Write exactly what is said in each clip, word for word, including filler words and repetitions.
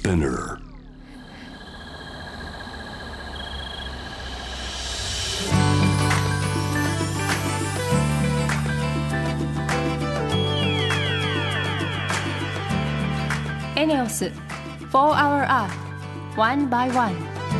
Spinner. エネオス For Our Earth One by One。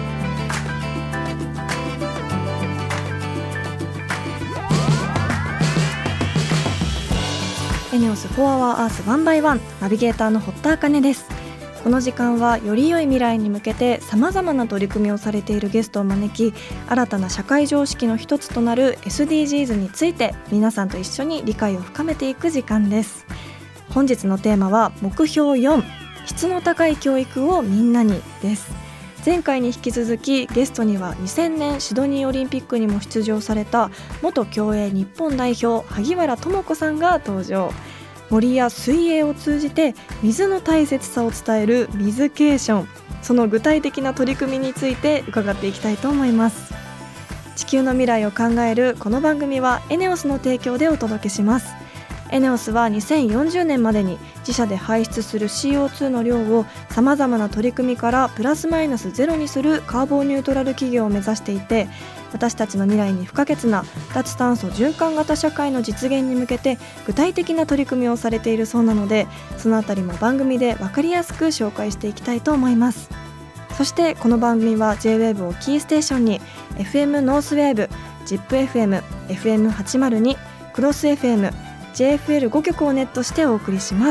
エネオス For Our Earth One by One ナビゲーターの堀田茜です。この時間はより良い未来に向けてさまざまな取り組みをされているゲストを招き、新たな社会常識の一つとなる エスディージーズ について皆さんと一緒に理解を深めていく時間です。本日のテーマは目標よん、質の高い教育をみんなにです。前回に引き続きゲストにはにせんねんシドニーオリンピックにも出場された元競泳日本代表萩原智子さんが登場。森や水泳を通じて水の大切さを伝える水ケーション、その具体的な取り組みについて伺っていきたいと思います。地球の未来を考えるこの番組はエネオスの提供でお届けします。エネオスはにせんよんじゅうねんまでに自社で排出する シーオーツー の量をさまざまな取り組みからプラスマイナスゼロにするカーボンニュートラル企業を目指していて、私たちの未来に不可欠な脱炭素循環型社会の実現に向けて具体的な取り組みをされているそうなので、そのあたりも番組で分かりやすく紹介していきたいと思います。そしてこの番組は ジェイウェーブ をキーステーションに エフエム ノースウェーブ、ジップエフエム、エフエムはちまるに、クロス エフエム、ジェイエフエルご 局をネットしてお送りします。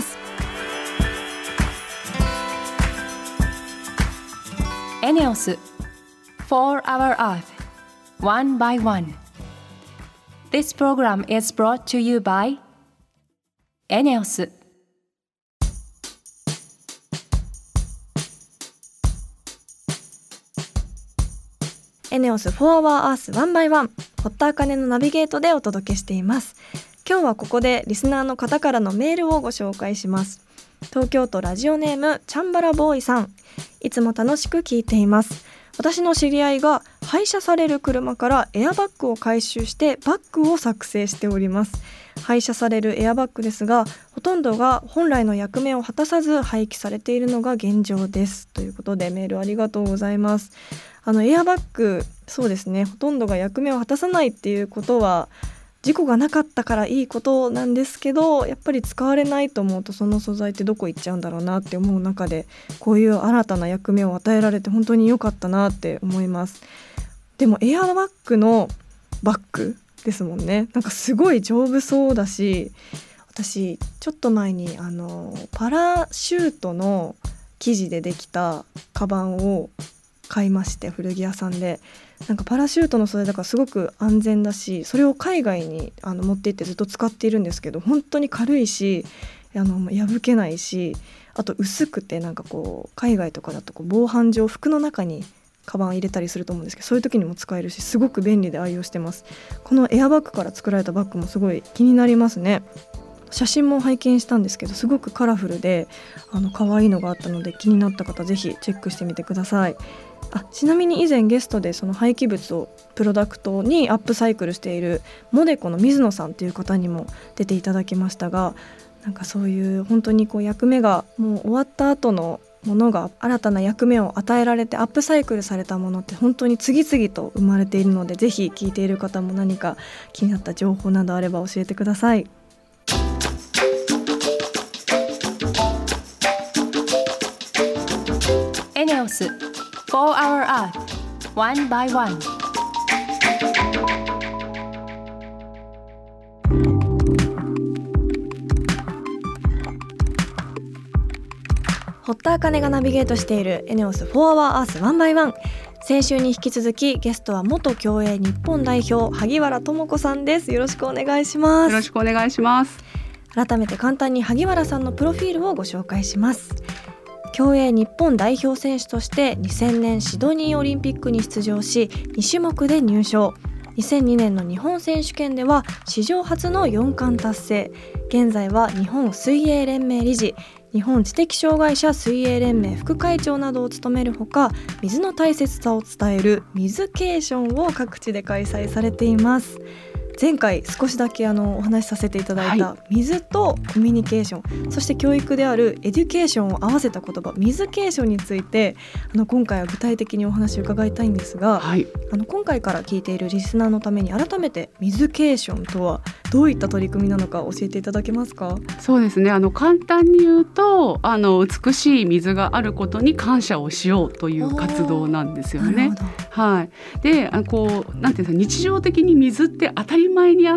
エネオス For Our Earth One by One。 This program is brought to you by エネオス。 エネオス For Our Earth One by One、 堀田茜のナビゲートでお届けしています。今日はここでリスナーの方からのメールをご紹介します。東京都ラジオネームチャンバラボーイさん、いつも楽しく聞いています。私の知り合いが廃車される車からエアバッグを回収してバッグを作成しております。廃車されるエアバッグですが、ほとんどが本来の役目を果たさず廃棄されているのが現状です、ということでメールありがとうございます。あのエアバッグ、そうですね、ほとんどが役目を果たさないっていうことは事故がなかったからいいことなんですけど、やっぱり使われないと思うとその素材ってどこ行っちゃうんだろうなって思う中で、こういう新たな役目を与えられて本当に良かったなって思います。でもエアバッグのバッグですもんね。なんかすごい丈夫そうだし、私ちょっと前にあのパラシュートの生地でできたカバンを買いまして、古着屋さんで。なんかパラシュートの素材だからすごく安全だし、それを海外にあの持って行ってずっと使っているんですけど、本当に軽いし、あの破けないし、あと薄くて、なんかこう海外とかだとこう防犯上服の中にカバン入れたりすると思うんですけど、そういう時にも使えるし、すごく便利で愛用してます。このエアバッグから作られたバッグもすごい気になりますね。写真も拝見したんですけど、すごくカラフルであの可愛いのがあったので、気になった方ぜひチェックしてみてください。あ、ちなみに以前ゲストでその廃棄物をプロダクトにアップサイクルしているモデコの水野さんという方にも出ていただきましたが、なんかそういう本当にこう役目がもう終わった後のものが新たな役目を与えられてアップサイクルされたものって本当に次々と生まれているので、ぜひ聞いている方も何か気になった情報などあれば教えてください。 エネオス For Our Earth One by One。 堀田茜がナビゲートしているエネオス For Our Earth One by One。 先週に引き続きゲストは元競泳日本代表萩原智子さんです。よろしくお願いします。 よろしくお願いします。 改めて簡単に萩原さんのプロフィールをご紹介します。競泳日本代表選手としてにせんねんシドニーオリンピックに出場し、に種目で入賞。にせんにねんの日本選手権では史上初のよん冠達成。現在は日本水泳連盟理事、日本知的障害者水泳連盟副会長などを務めるほか、水の大切さを伝える水ケーションを各地で開催されています。 前回少しだけあのお話しさせていただいた水とコミュニケーション、そして教育であるエデュケーションを合わせた言葉水ケーションについてあの今回は具体的にお話を伺いたいんですが、はい、あの今回から聞いているリスナーのために改めて水ケーションとはどういった取り組みなのか教えていただけますか？ そうですね、あの簡単に言うとあの美しい水があることに感謝をしようという活動なんですよね。はい、であのこうなんていうんですか、日常的に水って当たり前にあって、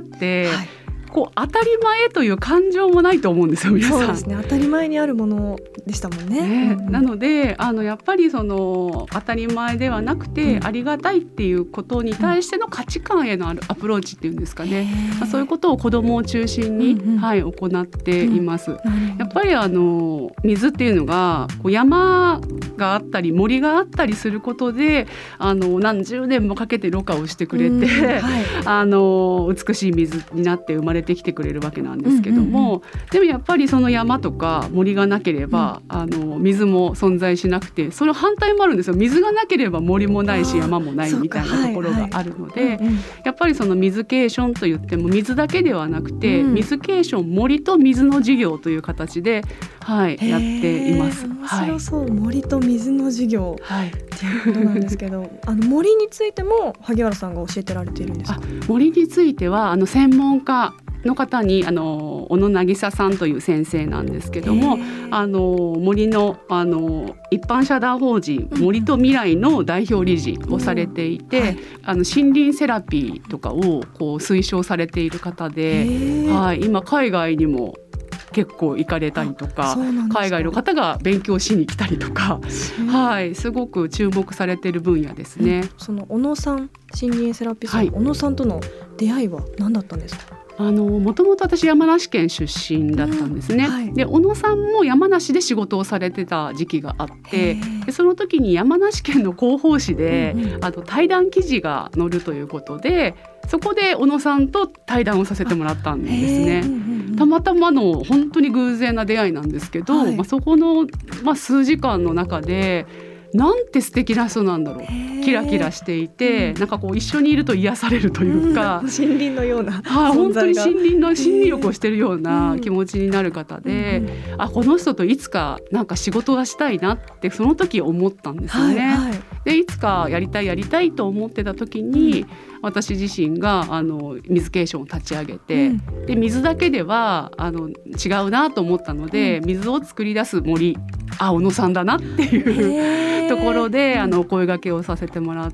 はい、こう当たり前という感情もないと思うんですよ皆さん。 そうですね、当たり前にあるものでしたもん ね, ね、うんうん、なのであのやっぱりその当たり前ではなくて、うん、ありがたいっていうことに対しての価値観へのあるアプローチっていうんですかね、まあ、そういうことを子どもを中心に、うんうん、はい、行っています、うん、やっぱりあの水っていうのがこう山があったり森があったりすることであの何十年もかけてろ過をしてくれて、うん、はい、あの美しい水になって生まれてきてくれるわけなんですけども、うんうんうん、でもやっぱりその山とか森がなければ、うん、あの水も存在しなくて、その反対もあるんですよ。水がなければ森もないし山もないみたいなところがあるので、やっぱりその水ケーションといっても水だけではなくて、うん、水ケーション森と水の授業という形で、はい、やっています。 面白そう、はい、森と水の授業、はい、っていうことなんですけどあの森についても萩原さんが教えてられているんですか？ あ、森についてはあの専門家の方にあの小野渚さんという先生なんですけども、あの森の、あの一般社団法人森と未来の代表理事をされていて、うん、はい、あの森林セラピーとかをこう推奨されている方で、はい、今海外にも結構行かれたりと か, か海外の方が勉強しに来たりとか、はい、すごく注目されている分野ですね、うん、 その小野さん、森林セラピスト、はい、小野さんとの出会いは何だったんですか？ あのもともと私山梨県出身だったんですね、うん、はい、で小野さんも山梨で仕事をされてた時期があって、でその時に山梨県の広報誌で、うんうん、あの対談記事が載るということで、そこで小野さんと対談をさせてもらったんですね、うんうんうん、たまたまの本当に偶然な出会いなんですけど、はい、まあ、そこの、まあ、数時間の中でなんて素敵な人なんだろう、キラキラしていて、うん、なんかこう一緒にいると癒されるというか、 うん、森林のような存在が、 はあ、本当に森林の心理力をしているような気持ちになる方で、うんうん、あ、この人といつかなんか仕事がしたいなってその時思ったんですよね、はいはい、でいつかやりたいやりたいと思ってた時に、うん、私自身があの水ケーションを立ち上げて、うん、で水だけではあの違うなと思ったので、うん、水を作り出す森、あ、小野さんだなっていうところであのお声掛けをさせてもらって、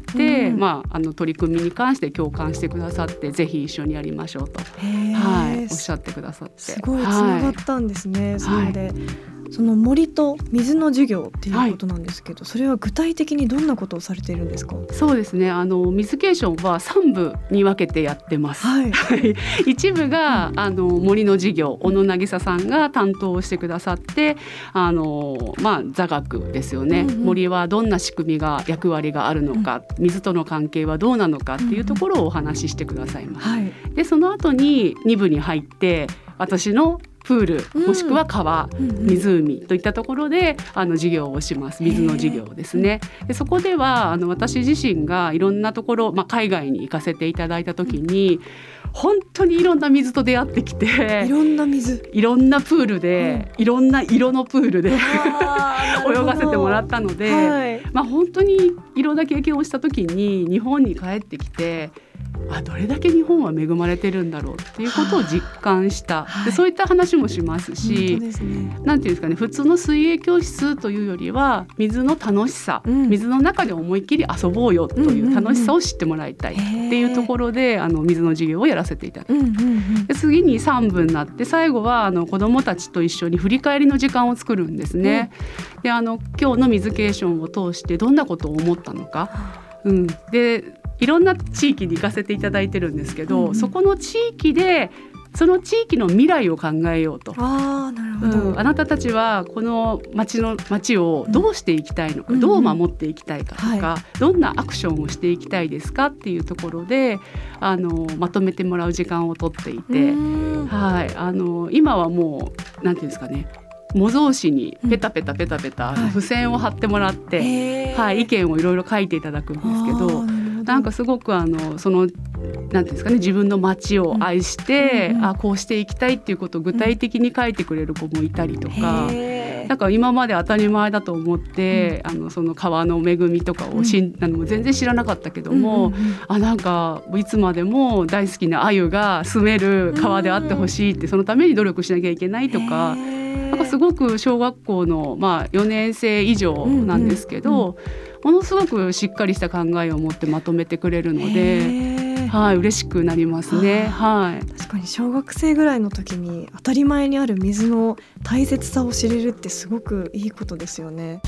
うん、まあ、あの取り組みに関して共感してくださって、ぜひ一緒にやりましょうと、はい、おっしゃってくださって、 すごいつながったんですね、はい、それで、はい、その森と水の授業っていうことなんですけど、はい、それは具体的にどんなことをされているんですか？ そうですね、あの水ケーションはさん部に分けてやってます、はい、一部が、うん、あの森の授業、小野渚さんが担当してくださって、あの、まあ、座学ですよね、うんうん、森はどんな仕組みが役割があるのか、うん、水との関係はどうなのかっていうところをお話ししてくださいます、うん、はい、でその後にに部に入って私のプールもしくは川、うん、湖といったところであの授業をします。水の授業ですね。でそこではあの私自身がいろんなところ、まあ、海外に行かせていただいた時に、本当にいろんな水と出会ってきて、 いろんな水、 いろんなプールで、うん、いろんな色のプールで泳がせてもらったので、はい、まあ、本当にいろんな経験をした時に日本に帰ってきて、あ、どれだけ日本は恵まれてるんだろうっていうことを実感した、はい、でそういった話もしますし、す、ね、なんていうんですかね、普通の水泳教室というよりは水の楽しさ、うん、水の中で思いっきり遊ぼうよという楽しさを知ってもらいたいっていうところで、あの水の授業をやらせていただいて、うんうんうん、で次にさん部になって最後はあの子どもたちと一緒に振り返りの時間を作るんですね、うん、であの今日の水ケーションを通してどんなことを思ったのか、うん、でいろんな地域に行かせていただいてるんですけど、うん、そこの地域でその地域の未来を考えようと。 あ、なるほど、 うん、あなたたちはこの町の町をどうしていきたいのか、うん、どう守っていきたいかとか、うん、はい、どんなアクションをしていきたいですかっていうところであのまとめてもらう時間をとっていて、はい、あの今はもうなんていうんですかね、模造紙にペタペタペタペタ、うん、付箋を貼ってもらって、はいはい、意見をいろいろ書いていただくんですけど、なんかすごくあのそのなんていうんですかね、自分の街を愛して、うんうんうん、あこうしていきたいっていうことを具体的に書いてくれる子もいたりとか、うん、なんか今まで当たり前だと思って、うん、あのその川の恵みとかをし、うん、あの全然知らなかったけども、うんうんうん、あなんかいつまでも大好きな鮎が住める川であってほしいって、そのために努力しなきゃいけないとか、なんかすごく小学校の、まあ、よねん生以上なんですけど、うんうんうん、ものすごくしっかりした考えを持ってまとめてくれるので、はい、嬉しくなりますね。はい、 確かに小学生ぐらいの時に当たり前にある水の大切さを知れるってすごくいいことですよね。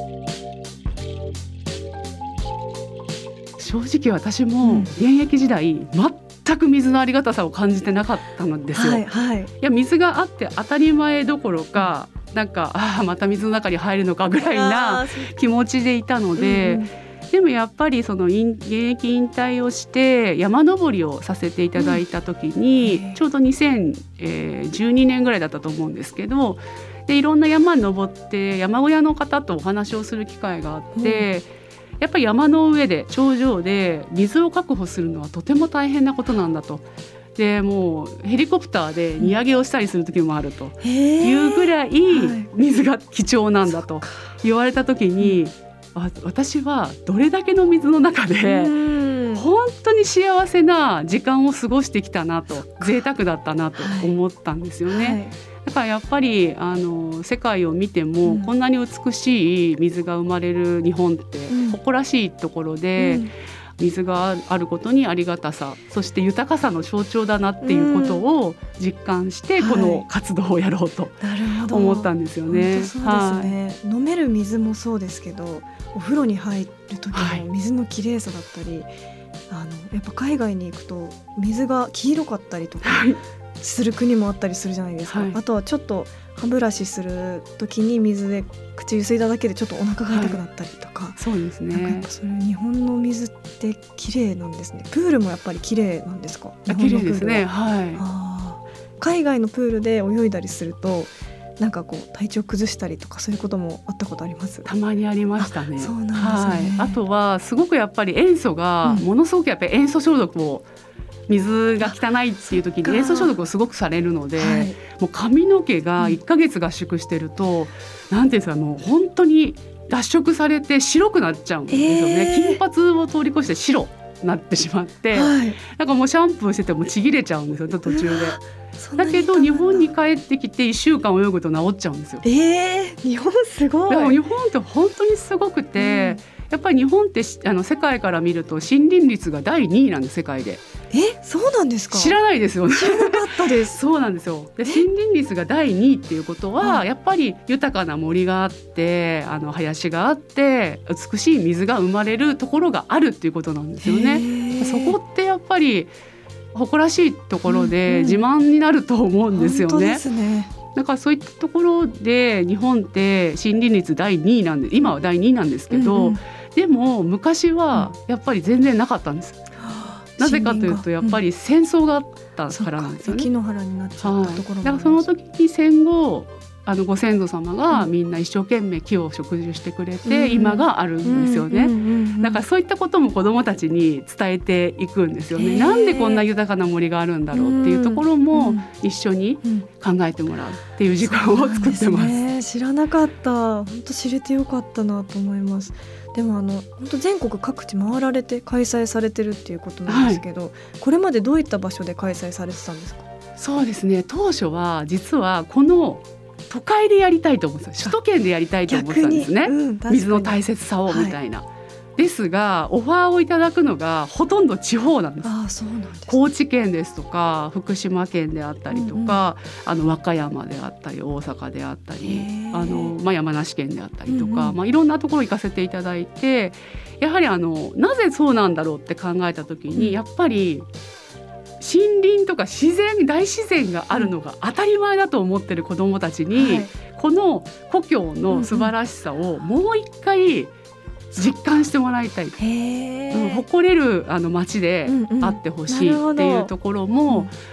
正直私も現役時代、うん、全く水のありがたさを感じてなかったんですよ。はいはい、いや水があって当たり前どころか、なんかあまた水の中に入るのかぐらいな気持ちでいたので、うんうん、でもやっぱりその現役引退をして山登りをさせていただいた時に、うん、ちょうどにせんじゅうにねんぐらいだったと思うんですけど、でいろんな山に登って山小屋の方とお話をする機会があって、うん、やっぱり山の上で頂上で水を確保するのはとても大変なことなんだと。でもうヘリコプターで荷上げをしたりする時もあるというぐらい水が貴重なんだと言われた時に、あ私はどれだけの水の中で本当に幸せな時間を過ごしてきたなと、贅沢だったなと思ったんですよね。はいはい、だからやっぱりあの世界を見ても、うん、こんなに美しい水が生まれる日本って誇らしいところで、うんうん、水があることにありがたさ、そして豊かさの象徴だなっていうことを実感して、うん、この活動をやろうと思ったんですよね。 本当そうですね。はい、飲める水もそうですけど、お風呂に入る時の水の綺麗さだったり、はい、あのやっぱ海外に行くと水が黄色かったりとかする国もあったりするじゃないですか。はい、あとはちょっと歯ブラシする時に水で口ゆすいだだけでちょっとお腹が痛くなったりとか、はい、 そうですね。 なんかやっぱそれ日本の水って綺麗なんですね。プールもやっぱり綺麗なんですか？ 綺麗ですね。はい、 あ海外のプールで泳いだりするとなんかこう体調崩したりとかそういうこともあったことあります？ たまにありましたね。 あ、そうなんですね。 はい、あとはすごくやっぱり塩素がものすごくやっぱり塩素消毒を、水が汚いっていう時に塩素消毒をすごくされるので、はい、もう髪の毛がいっかげつ合宿してると、うん、なんていうんですか、もう本当に脱色されて白くなっちゃうんですよね。えー、金髪を通り越して白になってしまって、はい、なんかもうシャンプーしててもちぎれちゃうんですよ途中で。だけど日本に帰ってきていっしゅうかん泳ぐと治っちゃうんですよ。 えー、日本すごい。 でも日本って本当にすごくて、うん、やっぱり日本ってあの世界から見ると森林率がだいにいなんです、世界で。 え、そうなんですか？ 知らないですよね。 知らなかったですそうなんですよ。で森林率がだいにいっていうことは、やっぱり豊かな森があって、あの林があって美しい水が生まれるところがあるっていうことなんですよね。そこってやっぱり誇らしいところで自慢になると思うんですよね。 うんうん、本当ですね。 だからそういったところで日本って森林率だいにいなんで、今はだいにいなんですけど、うんうん、でも昔はやっぱり全然なかったんです。うん、なぜかというとやっぱり戦争があったからなんですよね。 関野原になっちゃったところもあります。 はい、だからその時に戦後あのご先祖様がみんな一生懸命木を植樹してくれて、うん、今があるんですよね。うんうんうんうん、だからそういったことも子どもたちに伝えていくんですよね。なんでこんな豊かな森があるんだろうっていうところも一緒に考えてもらうっていう時間を作ってます。 そうなんですね。知らなかった。本当知れてよかったなと思います。でもあの本当全国各地回られて開催されてるっていうことなんですけど、はい、これまでどういった場所で開催されてたんですか？ そうですね、当初は実はこの都会でやりたいと思ってた、首都圏でやりたいと思ってたんですね。うん、水の大切さをみたいな、はい、ですがオファーをいただくのがほとんど地方なんです。 あ、そうなんですね。 高知県ですとか福島県であったりとか、うんうん、あの和歌山であったり大阪であったりあの、まあ、山梨県であったりとか、うんうん、まあ、いろんなところ行かせていただいて、やはりあのなぜそうなんだろうって考えた時に、うん、やっぱり森林とか自然、大自然があるのが当たり前だと思ってる子どもたちに、はい、この故郷の素晴らしさをもう一回実感してもらいたい、へ、うん、誇れるあの街であってほしいっていうところも、うんうん、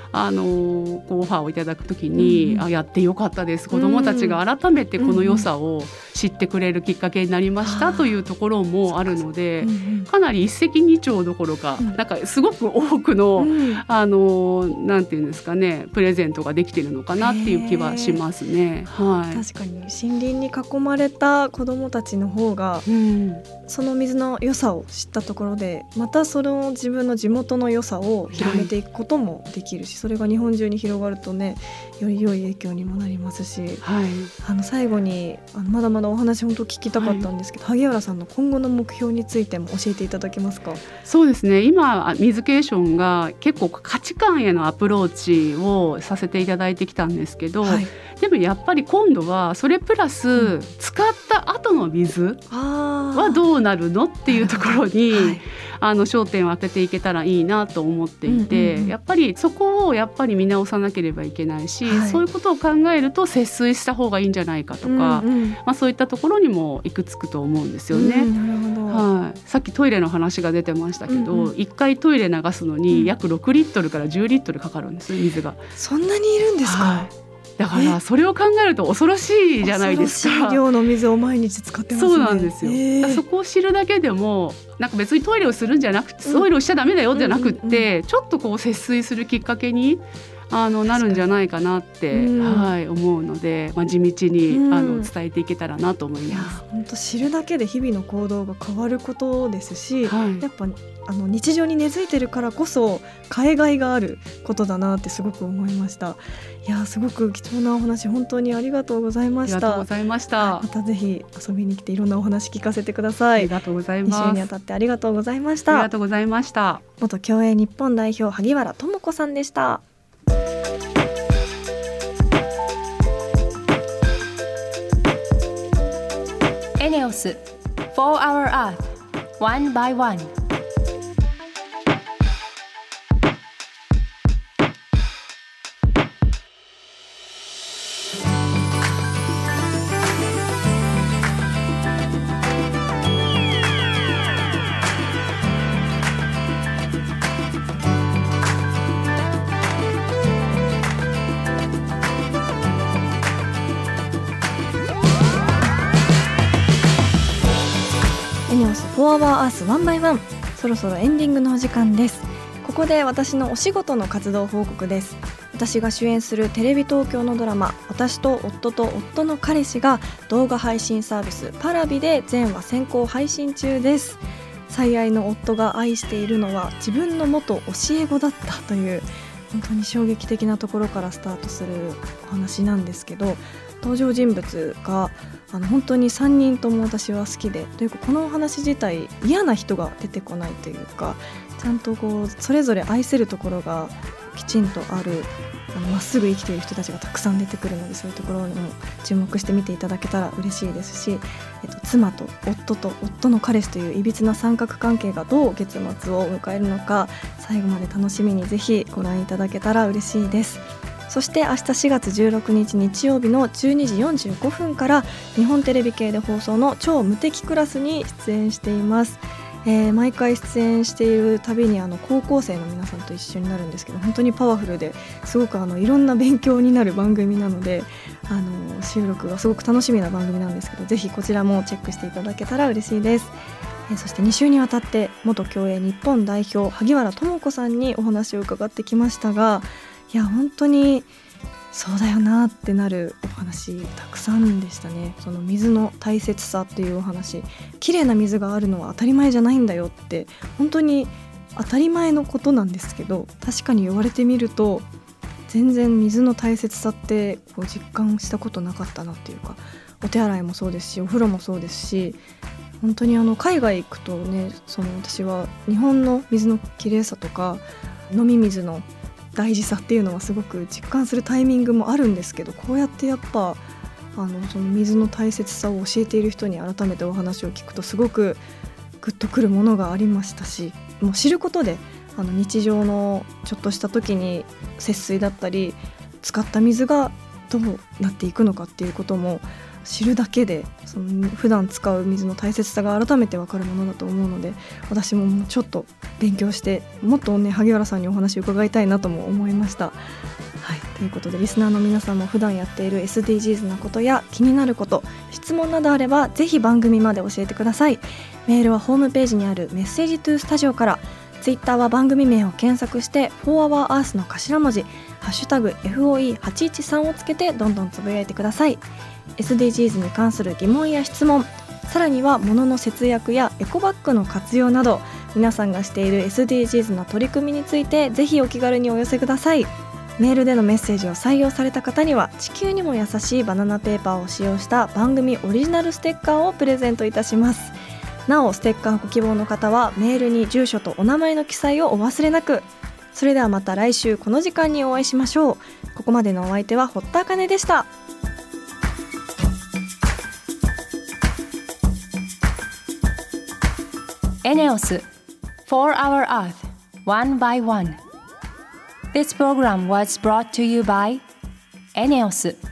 あのこうオファーをいただくときに、うん、あやってよかったです、子どもたちが改めてこの良さを知ってくれるきっかけになりました、うん、というところもあるので、うん、かなり一石二鳥どころか、うん、なんかすごく多くの、うん、あのなんていうんですかね、プレゼントができているのかなっていう気はしますね、はい、 確かに森林に囲まれた子どもたちの方が、うん、その水の良さを知ったところでまたその自分の地元の良さを広めていくこともできるし、はい、それが日本中に広がるとね、より良い影響にもなりますし、はい、あの最後にあのまだまだお話本当聞きたかったんですけど、はい、萩原さんの今後の目標についても教えていただけますか？ そうですね、今水ケーションが結構価値観へのアプローチをさせていただいてきたんですけど、はい、でもやっぱり今度はそれプラス、うん、使った後の水はどうなるのっていうところに、はい、あの焦点を当てていけたらいいなと思っていて、うんうんうん、やっぱりそこをやっぱり見直さなければいけないし、はい、そういうことを考えると節水した方がいいんじゃないかとか、うんうんまあ、そういったところにもいくつくと思うんですよね、うん、なるほど、はい、さっきトイレの話が出てましたけど、うんうん、いっかいトイレ流すのに約ろくリットルからじゅうリットルかかるんですよ、水が。 そんなにいるんですか？はい、 だからそれを考えると恐ろしいじゃないですか。 恐ろしい量の水を毎日使ってますね。 そうなんですよ、えー、そこを知るだけでもなんか別にトイレをするんじゃなくて、トイレをしちゃダメだよじゃなくって、うんうんうん、ちょっとこう節水するきっかけにあのなるんじゃないかなって、うんはい、思うので、まあ、地道に、うん、あの伝えていけたらなと思います。 本当知るだけで日々の行動が変わることですし、はい、やっぱあの日常に根付いてるからこそ変えがいがあることだなってすごく思いました。いやすごく貴重なお話本当にありがとうございました。 ありがとうございました。 またぜひ遊びに来ていろんなお話聞かせてください。 ありがとうございます。 に週にあたってありがとうございました。 ありがとうございました。 元競泳日本代表萩原智子さんでした。 エネオス For Our Earth One by One。 フォアワーアースワンバイワン、そろそろエンディングのお時間です。ここで私のお仕事の活動報告です。私が主演するテレビ東京のドラマ私と夫と夫の彼氏が動画配信サービスパラビで全話先行配信中です。最愛の夫が愛しているのは自分の元教え子だったという本当に衝撃的なところからスタートするお話なんですけど、登場人物があの本当にさんにんとも私は好きで、というかこのお話自体嫌な人が出てこないというか、ちゃんとこうそれぞれ愛せるところがきちんとある、あのまっすぐ生きている人たちがたくさん出てくるので、そういうところにも注目して見ていただけたら嬉しいですし、えっと、妻と夫と夫の彼氏といういびつな三角関係がどう結末を迎えるのか、最後まで楽しみにぜひご覧いただけたら嬉しいです。そして明日しがつじゅうろくにち日曜日のじゅうにじよんじゅうごふんから日本テレビ系で放送の超無敵クラスに出演しています。えー、毎回出演しているたびにあの高校生の皆さんと一緒になるんですけど、本当にパワフルですごくあのいろんな勉強になる番組なので、あの収録がすごく楽しみな番組なんですけど、ぜひこちらもチェックしていただけたら嬉しいです。えー、そしてに週にわたって元競泳日本代表萩原智子さんにお話を伺ってきましたが、いや本当にそうだよなってなるお話たくさんでしたね。その水の大切さっていうお話、綺麗な水があるのは当たり前じゃないんだよって本当に当たり前のことなんですけど、確かに言われてみると全然水の大切さってこう実感したことなかったなっていうか、お手洗いもそうですしお風呂もそうですし、本当にあの海外行くとね、その私は日本の水の綺麗さとか飲み水の大事さっていうのはすごく実感するタイミングもあるんですけど、こうやってやっぱあのその水の大切さを教えている人に改めてお話を聞くとすごくグッとくるものがありましたし、もう知ることであの日常のちょっとした時に節水だったり使った水がどうなっていくのかっていうことも知るだけで、その普段使う水の大切さが改めて分かるものだと思うので、私ももうちょっと勉強してもっとね萩原さんにお話を伺いたいなとも思いました。はい、ということでリスナーの皆さんも普段やっている エスディージーズ なことや気になること、質問などあればぜひ番組まで教えてください。メールはホームページにあるメッセージトゥースタジオから、ツイッターは番組名を検索してフォーアワーアースの頭文字ハッシュタグ エフオーイーはちいちさん をつけてどんどんつぶやいてください。 エスディージーズ に関する疑問や質問、さらには物の節約やエコバッグの活用など、皆さんがしている エスディージーズ の取り組みについてぜひお気軽にお寄せください。メールでのメッセージを採用された方には地球にも優しいバナナペーパーを使用した番組オリジナルステッカーをプレゼントいたします。なおステッカーご希望の方はメールに住所とお名前の記載をお忘れなく。それではまた来週この時間にお会いしましょう。ここまでのお相手は堀田茜でした。 エネオス For Our Earth One by One. This program was brought to you by エネオス。